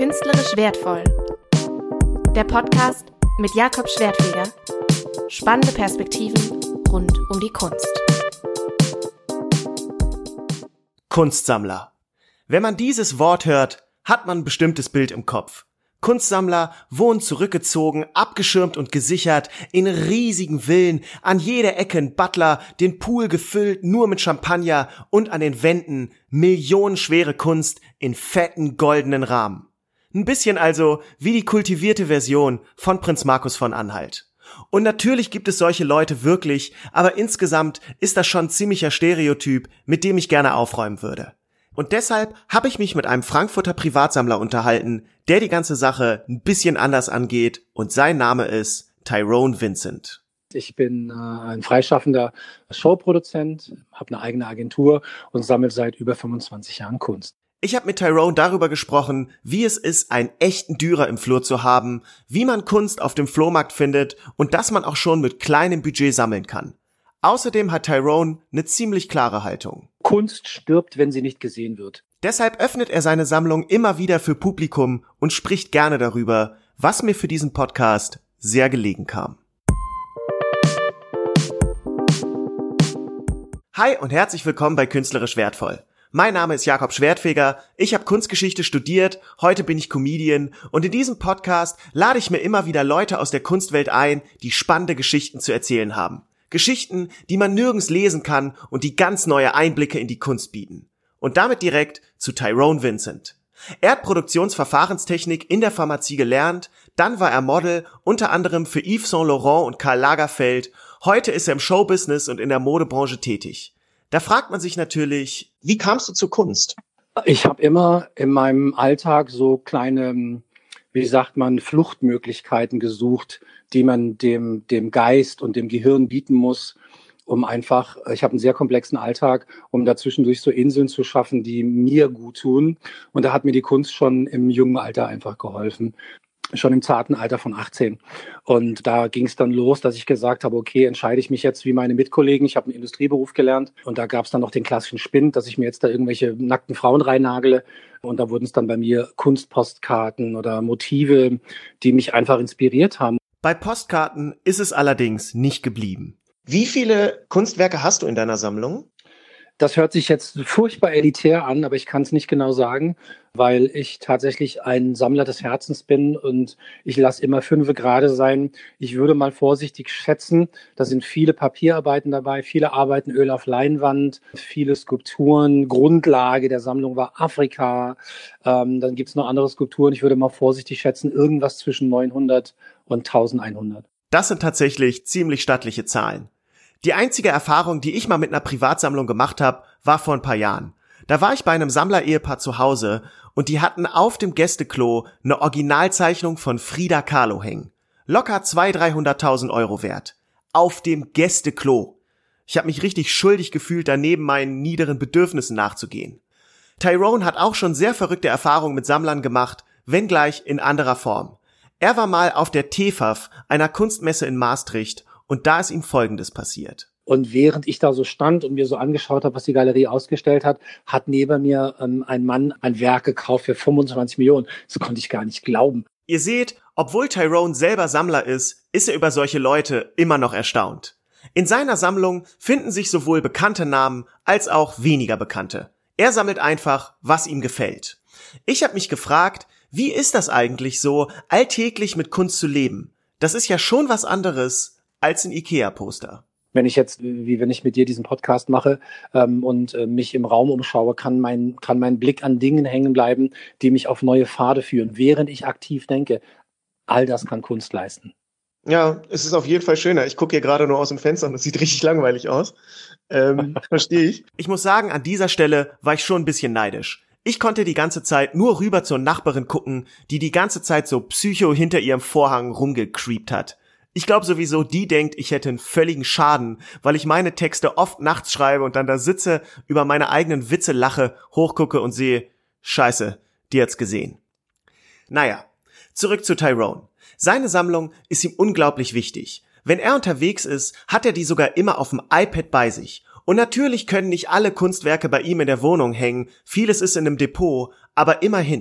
Künstlerisch wertvoll. Der Podcast mit Jakob Schwertfeger. Spannende Perspektiven rund um die Kunst. Kunstsammler. Wenn man dieses Wort hört, hat man ein bestimmtes Bild im Kopf. Kunstsammler wohnen zurückgezogen, abgeschirmt und gesichert, in riesigen Villen, an jeder Ecke ein Butler, den Pool gefüllt nur mit Champagner und an den Wänden millionenschwere Kunst in fetten goldenen Rahmen. Ein bisschen also wie die kultivierte Version von Prinz Markus von Anhalt. Und natürlich gibt es solche Leute wirklich, aber insgesamt ist das schon ein ziemlicher Stereotyp, mit dem ich gerne aufräumen würde. Und deshalb habe ich mich mit einem Frankfurter Privatsammler unterhalten, der die ganze Sache ein bisschen anders angeht, und sein Name ist Tyrone Vincent. Ich bin ein freischaffender Showproduzent, habe eine eigene Agentur und sammle seit über 25 Jahren Kunst. Ich habe mit Tyrone darüber gesprochen, wie es ist, einen echten Dürer im Flur zu haben, wie man Kunst auf dem Flohmarkt findet und dass man auch schon mit kleinem Budget sammeln kann. Außerdem hat Tyrone eine ziemlich klare Haltung. Kunst stirbt, wenn sie nicht gesehen wird. Deshalb öffnet er seine Sammlung immer wieder für Publikum und spricht gerne darüber, was mir für diesen Podcast sehr gelegen kam. Hi und herzlich willkommen bei Künstlerisch wertvoll. Mein Name ist Jakob Schwertfeger, ich habe Kunstgeschichte studiert, heute bin ich Comedian und in diesem Podcast lade ich mir immer wieder Leute aus der Kunstwelt ein, die spannende Geschichten zu erzählen haben. Geschichten, die man nirgends lesen kann und die ganz neue Einblicke in die Kunst bieten. Und damit direkt zu Tyrone Vincent. Er hat Produktionsverfahrenstechnik in der Pharmazie gelernt, dann war er Model, unter anderem für Yves Saint Laurent und Karl Lagerfeld. Heute ist er im Showbusiness und in der Modebranche tätig. Da fragt man sich natürlich, wie kamst du zur Kunst? Ich habe immer in meinem Alltag so kleine, wie sagt man, Fluchtmöglichkeiten gesucht, die man dem Geist und dem Gehirn bieten muss, um einfach, ich habe einen sehr komplexen Alltag, um dazwischendurch so Inseln zu schaffen, die mir gut tun. Und da hat mir die Kunst schon im jungen Alter einfach geholfen. Schon im zarten Alter von 18. Und da ging es dann los, dass ich gesagt habe, okay, entscheide ich mich jetzt wie meine Mitkollegen. Ich habe einen Industrieberuf gelernt und da gab es dann noch den klassischen Spind, dass ich mir jetzt da irgendwelche nackten Frauen reinnagele. Und da wurden es dann bei mir Kunstpostkarten oder Motive, die mich einfach inspiriert haben. Bei Postkarten ist es allerdings nicht geblieben. Wie viele Kunstwerke hast du in deiner Sammlung? Das hört sich jetzt furchtbar elitär an, aber ich kann es nicht genau sagen, weil ich tatsächlich ein Sammler des Herzens bin und ich lasse immer 5 gerade sein. Ich würde mal vorsichtig schätzen, da sind viele Papierarbeiten dabei, viele Arbeiten Öl auf Leinwand, viele Skulpturen. Grundlage der Sammlung war Afrika. Dann gibt es noch andere Skulpturen. Ich würde mal vorsichtig schätzen, irgendwas zwischen 900 und 1100. Das sind tatsächlich ziemlich stattliche Zahlen. Die einzige Erfahrung, die ich mal mit einer Privatsammlung gemacht habe, war vor ein paar Jahren. Da war ich bei einem Sammler-Ehepaar zu Hause und die hatten auf dem Gästeklo eine Originalzeichnung von Frida Kahlo hängen. Locker 200.000-300.000 Euro wert. Auf dem Gästeklo. Ich habe mich richtig schuldig gefühlt, daneben meinen niederen Bedürfnissen nachzugehen. Tyrone hat auch schon sehr verrückte Erfahrungen mit Sammlern gemacht, wenngleich in anderer Form. Er war mal auf der TEFAF, einer Kunstmesse in Maastricht, und da ist ihm Folgendes passiert. Und während ich da so stand und mir so angeschaut habe, was die Galerie ausgestellt hat, hat neben mir ein Mann ein Werk gekauft für 25 Millionen. Das konnte ich gar nicht glauben. Ihr seht, obwohl Tyrone selber Sammler ist er über solche Leute immer noch erstaunt. In seiner Sammlung finden sich sowohl bekannte Namen als auch weniger bekannte. Er sammelt einfach, was ihm gefällt. Ich habe mich gefragt, wie ist das eigentlich so, alltäglich mit Kunst zu leben? Das ist ja schon was anderes als ein Ikea-Poster. Wenn ich jetzt, wie wenn ich mit dir diesen Podcast mache und mich im Raum umschaue, kann mein Blick an Dingen hängen bleiben, die mich auf neue Pfade führen, während ich aktiv denke. All das kann Kunst leisten. Ja, es ist auf jeden Fall schöner. Ich gucke hier gerade nur aus dem Fenster und es sieht richtig langweilig aus. Verstehe ich. Ich muss sagen, an dieser Stelle war ich schon ein bisschen neidisch. Ich konnte die ganze Zeit nur rüber zur Nachbarin gucken, die ganze Zeit so psycho hinter ihrem Vorhang rumgecreept hat. Ich glaube sowieso, die denkt, ich hätte einen völligen Schaden, weil ich meine Texte oft nachts schreibe und dann da sitze, über meine eigenen Witze lache, hochgucke und sehe, Scheiße, die hat's gesehen. Naja, zurück zu Tyrone. Seine Sammlung ist ihm unglaublich wichtig. Wenn er unterwegs ist, hat er die sogar immer auf dem iPad bei sich. Und natürlich können nicht alle Kunstwerke bei ihm in der Wohnung hängen, vieles ist in einem Depot, aber immerhin.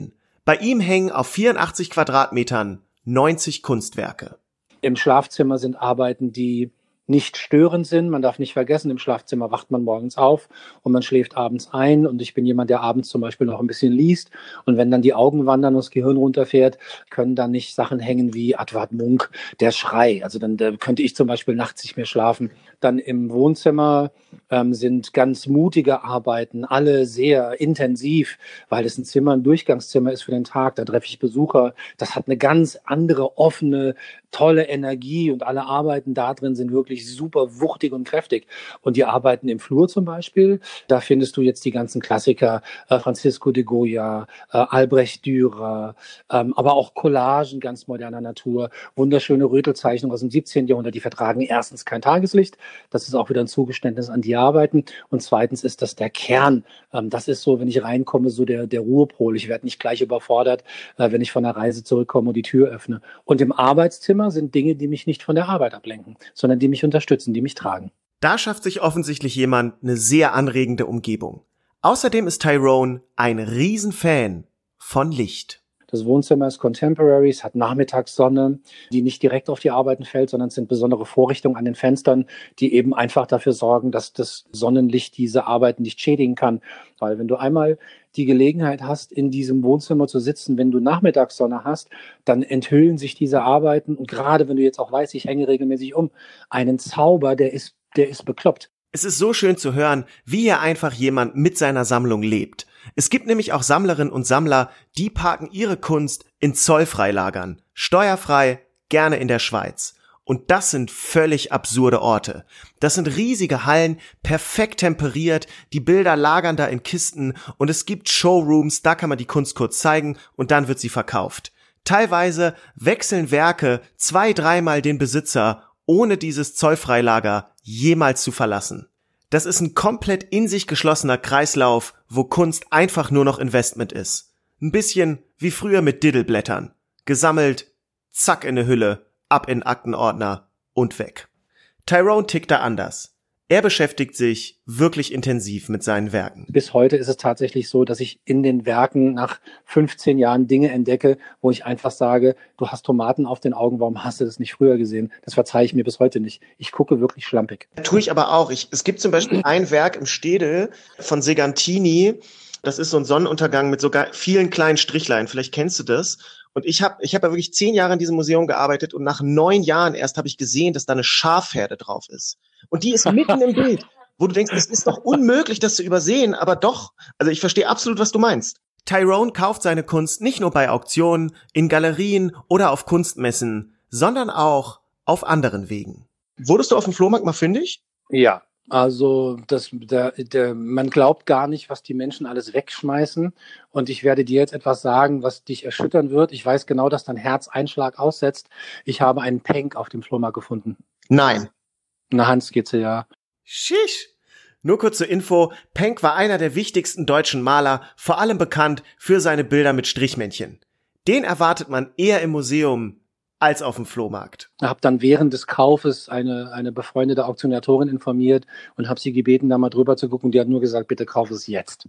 Bei ihm hängen auf 84 Quadratmetern 90 Kunstwerke. Im Schlafzimmer sind Arbeiten, die nicht störend sind. Man darf nicht vergessen, im Schlafzimmer wacht man morgens auf und man schläft abends ein. Und ich bin jemand, der abends zum Beispiel noch ein bisschen liest. Und wenn dann die Augen wandern und das Gehirn runterfährt, können dann nicht Sachen hängen wie Edvard Munch, der Schrei. Also dann könnte ich zum Beispiel nachts nicht mehr schlafen. Dann im Wohnzimmer sind ganz mutige Arbeiten, alle sehr intensiv, weil es ein Durchgangszimmer ist für den Tag. Da treffe ich Besucher. Das hat eine ganz andere, offene, tolle Energie und alle Arbeiten da drin sind wirklich super wuchtig und kräftig. Und die Arbeiten im Flur zum Beispiel, da findest du jetzt die ganzen Klassiker, Francisco de Goya, Albrecht Dürer, aber auch Collagen ganz moderner Natur, wunderschöne Rötelzeichnungen aus dem 17. Jahrhundert, die vertragen erstens kein Tageslicht, das ist auch wieder ein Zugeständnis an die Arbeiten und zweitens ist das der Kern. Das ist so, wenn ich reinkomme, so der Ruhepol. Ich werde nicht gleich überfordert, wenn ich von der Reise zurückkomme und die Tür öffne. Und im Arbeitszimmer sind Dinge, die mich nicht von der Arbeit ablenken, sondern die mich unterstützen, die mich tragen. Da schafft sich offensichtlich jemand eine sehr anregende Umgebung. Außerdem ist Tyrone ein Riesenfan von Licht. Das Wohnzimmer ist Contemporary, es hat Nachmittagssonne, die nicht direkt auf die Arbeiten fällt, sondern es sind besondere Vorrichtungen an den Fenstern, die eben einfach dafür sorgen, dass das Sonnenlicht diese Arbeiten nicht schädigen kann. Weil wenn du einmal die Gelegenheit hast, in diesem Wohnzimmer zu sitzen, wenn du Nachmittagssonne hast, dann enthüllen sich diese Arbeiten. Und gerade wenn du jetzt auch weißt, ich hänge regelmäßig einen Zauber, der ist bekloppt. Es ist so schön zu hören, wie hier einfach jemand mit seiner Sammlung lebt. Es gibt nämlich auch Sammlerinnen und Sammler, die parken ihre Kunst in Zollfreilagern. Steuerfrei, gerne in der Schweiz. Und das sind völlig absurde Orte. Das sind riesige Hallen, perfekt temperiert, die Bilder lagern da in Kisten und es gibt Showrooms, da kann man die Kunst kurz zeigen und dann wird sie verkauft. Teilweise wechseln Werke 2-3 Mal den Besitzer, ohne dieses Zollfreilager jemals zu verlassen. Das ist ein komplett in sich geschlossener Kreislauf, wo Kunst einfach nur noch Investment ist. Ein bisschen wie früher mit Diddleblättern. Gesammelt, zack in eine Hülle, ab in Aktenordner und weg. Tyrone tickt da anders. Er beschäftigt sich wirklich intensiv mit seinen Werken. Bis heute ist es tatsächlich so, dass ich in den Werken nach 15 Jahren Dinge entdecke, wo ich einfach sage, du hast Tomaten auf den Augen, warum hast du das nicht früher gesehen? Das verzeihe ich mir bis heute nicht. Ich gucke wirklich schlampig. Tue ich aber auch. Es gibt zum Beispiel ein Werk im Städel von Segantini. Das ist so ein Sonnenuntergang mit sogar vielen kleinen Strichlein. Vielleicht kennst du das. Und ich hab ja wirklich 10 Jahre in diesem Museum gearbeitet und nach 9 Jahren erst habe ich gesehen, dass da eine Schafherde drauf ist. Und die ist mitten im Bild, wo du denkst, es ist doch unmöglich, das zu übersehen, aber doch. Also ich verstehe absolut, was du meinst. Tyrone kauft seine Kunst nicht nur bei Auktionen, in Galerien oder auf Kunstmessen, sondern auch auf anderen Wegen. Wurdest du auf dem Flohmarkt mal fündig? Ja. Also man glaubt gar nicht, was die Menschen alles wegschmeißen. Und ich werde dir jetzt etwas sagen, was dich erschüttern wird. Ich weiß genau, dass dein Herz einen Schlag aussetzt. Ich habe einen Pank auf dem Flohmarkt gefunden. Nein. Eine Handskizze, ja. Schisch. Nur kurz zur Info, Pank war einer der wichtigsten deutschen Maler, vor allem bekannt für seine Bilder mit Strichmännchen. Den erwartet man eher im Museum als auf dem Flohmarkt. Ich habe dann während des Kaufes eine befreundete Auktionatorin informiert und habe sie gebeten, da mal drüber zu gucken. Die hat nur gesagt, bitte kauf es jetzt.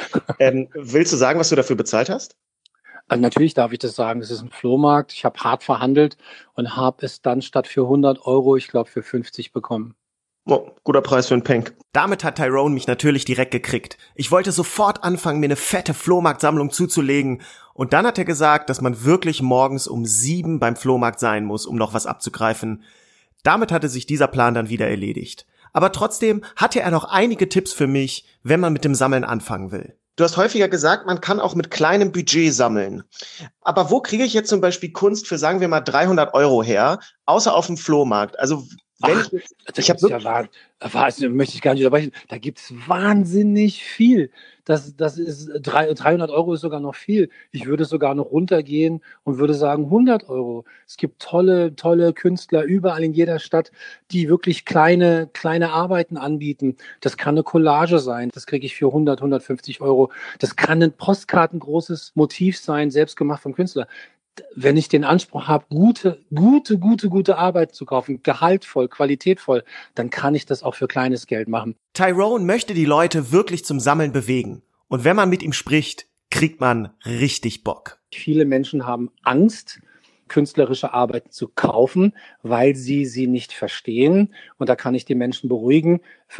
Willst du sagen, was du dafür bezahlt hast? Also natürlich darf ich das sagen, es ist ein Flohmarkt. Ich habe hart verhandelt und habe es dann statt für 100 €, ich glaube für 50 bekommen. Oh, guter Preis für einen Pank. Damit hat Tyrone mich natürlich direkt gekriegt. Ich wollte sofort anfangen, mir eine fette Flohmarktsammlung zuzulegen. Und dann hat er gesagt, dass man wirklich morgens um 7 beim Flohmarkt sein muss, um noch was abzugreifen. Damit hatte sich dieser Plan dann wieder erledigt. Aber trotzdem hatte er noch einige Tipps für mich, wenn man mit dem Sammeln anfangen will. Du hast häufiger gesagt, man kann auch mit kleinem Budget sammeln. Aber wo kriege ich jetzt zum Beispiel Kunst für, sagen wir mal, 300 € her, außer auf dem Flohmarkt? Also möchte ich gar nicht unterbrechen. Da gibt's wahnsinnig viel. Das ist 300 € ist sogar noch viel. Ich würde sogar noch runtergehen und würde sagen 100 €. Es gibt tolle Künstler überall in jeder Stadt, die wirklich kleine Arbeiten anbieten. Das kann eine Collage sein. Das kriege ich für 150 €. Das kann ein postkartengroßes Motiv sein, selbst gemacht vom Künstler. Wenn ich den Anspruch habe, gute Arbeit zu kaufen, gehaltvoll, qualitätvoll, dann kann ich das auch für kleines Geld machen. Tyrone möchte die Leute wirklich zum Sammeln bewegen. Und wenn man mit ihm spricht, kriegt man richtig Bock. Viele Menschen haben Angst, künstlerische Arbeiten zu kaufen, weil sie nicht verstehen. Und da kann ich die Menschen beruhigen.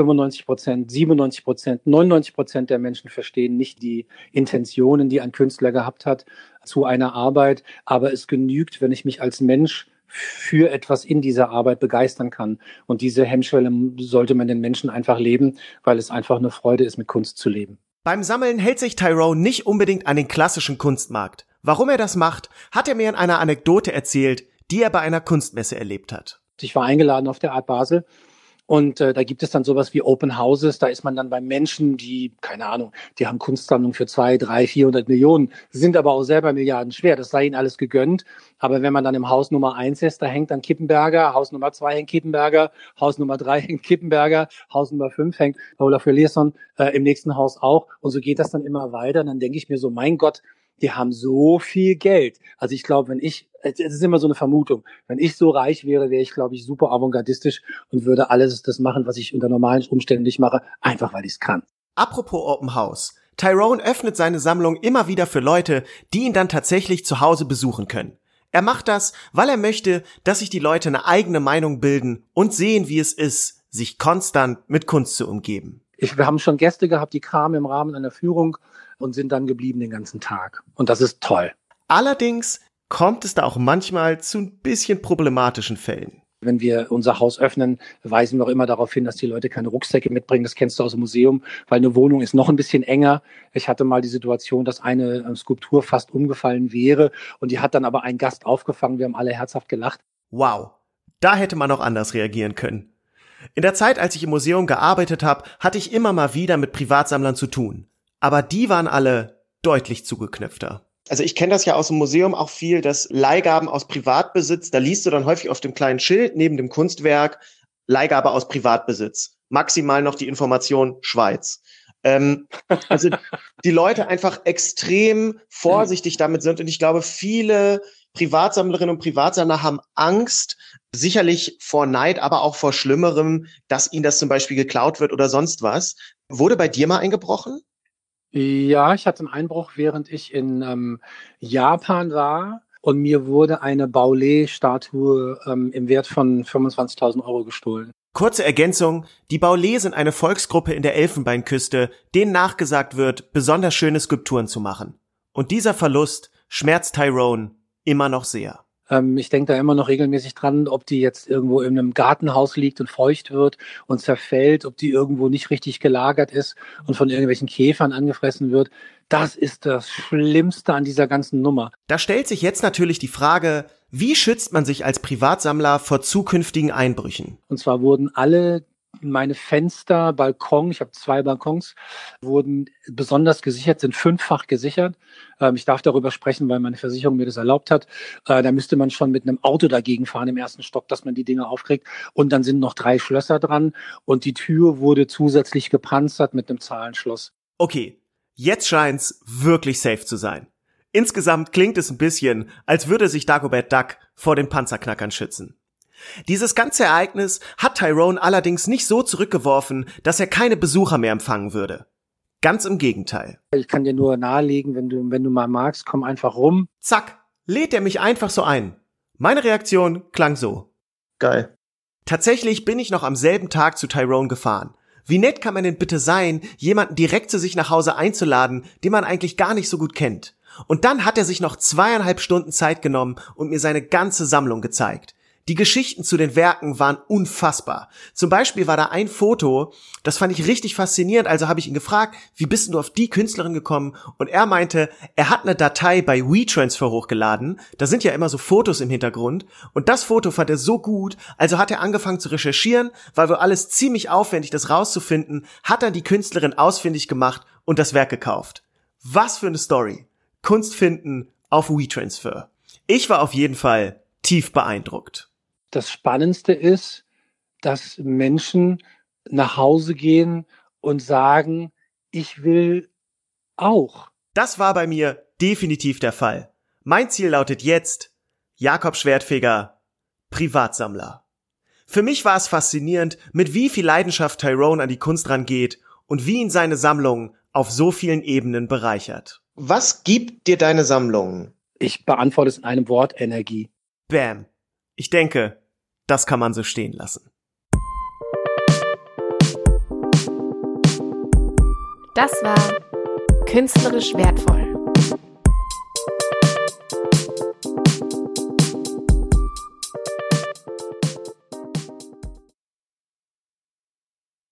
95%, 97%, 99% der Menschen verstehen nicht die Intentionen, die ein Künstler gehabt hat zu einer Arbeit. Aber es genügt, wenn ich mich als Mensch für etwas in dieser Arbeit begeistern kann. Und diese Hemmschwelle sollte man den Menschen einfach leben, weil es einfach eine Freude ist, mit Kunst zu leben. Beim Sammeln hält sich Tyrone nicht unbedingt an den klassischen Kunstmarkt. Warum er das macht, hat er mir in einer Anekdote erzählt, die er bei einer Kunstmesse erlebt hat. Ich war eingeladen auf der Art Basel und da gibt es dann sowas wie Open Houses. Da ist man dann bei Menschen, die, keine Ahnung, die haben Kunstsammlungen für 200, 300, 400 Millionen, sind aber auch selber Milliarden schwer. Das sei ihnen alles gegönnt. Aber wenn man dann im Haus Nummer 1 ist, da hängt dann Kippenberger, Haus Nummer 2 hängt Kippenberger, Haus Nummer 3 hängt Kippenberger, Haus Nummer 5 hängt Olafur Eliasson, im nächsten Haus auch. Und so geht das dann immer weiter. Und dann denke ich mir so, mein Gott, die haben so viel Geld. Also ich glaube, es ist immer so eine Vermutung, wenn ich so reich wäre, wäre ich, glaube ich, super avantgardistisch und würde alles das machen, was ich unter normalen Umständen nicht mache, einfach weil ich es kann. Apropos Open House. Tyrone öffnet seine Sammlung immer wieder für Leute, die ihn dann tatsächlich zu Hause besuchen können. Er macht das, weil er möchte, dass sich die Leute eine eigene Meinung bilden und sehen, wie es ist, sich konstant mit Kunst zu umgeben. Wir haben schon Gäste gehabt, die kamen im Rahmen einer Führung und sind dann geblieben den ganzen Tag. Und das ist toll. Allerdings kommt es da auch manchmal zu ein bisschen problematischen Fällen. Wenn wir unser Haus öffnen, weisen wir auch immer darauf hin, dass die Leute keine Rucksäcke mitbringen. Das kennst du aus dem Museum, weil eine Wohnung ist noch ein bisschen enger. Ich hatte mal die Situation, dass eine Skulptur fast umgefallen wäre und die hat dann aber ein Gast aufgefangen. Wir haben alle herzhaft gelacht. Wow, da hätte man auch anders reagieren können. In der Zeit, als ich im Museum gearbeitet habe, hatte ich immer mal wieder mit Privatsammlern zu tun. Aber die waren alle deutlich zugeknöpfter. Also ich kenne das ja aus dem Museum auch viel, dass Leihgaben aus Privatbesitz, da liest du dann häufig auf dem kleinen Schild neben dem Kunstwerk Leihgabe aus Privatbesitz. Maximal noch die Information Schweiz. Also die Leute einfach extrem vorsichtig damit sind und ich glaube, viele Privatsammlerinnen und Privatsammler haben Angst, sicherlich vor Neid, aber auch vor Schlimmerem, dass ihnen das zum Beispiel geklaut wird oder sonst was. Wurde bei dir mal eingebrochen? Ja, ich hatte einen Einbruch, während ich in Japan war und mir wurde eine Baulé-Statue im Wert von 25.000 € gestohlen. Kurze Ergänzung, die Baulé sind eine Volksgruppe in der Elfenbeinküste, denen nachgesagt wird, besonders schöne Skulpturen zu machen. Und dieser Verlust schmerzt Tyrone immer noch sehr. Ich denke da immer noch regelmäßig dran, ob die jetzt irgendwo in einem Gartenhaus liegt und feucht wird und zerfällt, ob die irgendwo nicht richtig gelagert ist und von irgendwelchen Käfern angefressen wird. Das ist das Schlimmste an dieser ganzen Nummer. Da stellt sich jetzt natürlich die Frage, wie schützt man sich als Privatsammler vor zukünftigen Einbrüchen? Und zwar wurden alle meine Fenster, Balkon, ich habe 2 Balkons, wurden besonders gesichert, sind 5-fach gesichert. Ich darf darüber sprechen, weil meine Versicherung mir das erlaubt hat. Da müsste man schon mit einem Auto dagegen fahren im 1. Stock, dass man die Dinge aufkriegt. Und dann sind noch 3 Schlösser dran und die Tür wurde zusätzlich gepanzert mit einem Zahlenschloss. Okay, jetzt scheint's wirklich safe zu sein. Insgesamt klingt es ein bisschen, als würde sich Dagobert Duck vor den Panzerknackern schützen. Dieses ganze Ereignis hat Tyrone allerdings nicht so zurückgeworfen, dass er keine Besucher mehr empfangen würde. Ganz im Gegenteil. Ich kann dir nur nahelegen, wenn du mal magst, komm einfach rum. Zack, lädt er mich einfach so ein. Meine Reaktion klang so. Geil. Tatsächlich bin ich noch am selben Tag zu Tyrone gefahren. Wie nett kann man denn bitte sein, jemanden direkt zu sich nach Hause einzuladen, den man eigentlich gar nicht so gut kennt? Und dann hat er sich noch 2,5 Stunden Zeit genommen und mir seine ganze Sammlung gezeigt. Die Geschichten zu den Werken waren unfassbar. Zum Beispiel war da ein Foto, das fand ich richtig faszinierend, also habe ich ihn gefragt, wie bist du auf die Künstlerin gekommen? Und er meinte, er hat eine Datei bei WeTransfer hochgeladen, da sind ja immer so Fotos im Hintergrund, und das Foto fand er so gut, also hat er angefangen zu recherchieren, war wohl alles ziemlich aufwendig, das rauszufinden, hat dann die Künstlerin ausfindig gemacht und das Werk gekauft. Was für eine Story. Kunst finden auf WeTransfer. Ich war auf jeden Fall tief beeindruckt. Das Spannendste ist, dass Menschen nach Hause gehen und sagen, ich will auch. Das war bei mir definitiv der Fall. Mein Ziel lautet jetzt Jakob Schwertfeger, Privatsammler. Für mich war es faszinierend, mit wie viel Leidenschaft Tyrone an die Kunst rangeht und wie ihn seine Sammlung auf so vielen Ebenen bereichert. Was gibt dir deine Sammlung? Ich beantworte es in einem Wort: Energie. Bam. Ich denke, das kann man so stehen lassen. Das war Künstlerisch wertvoll.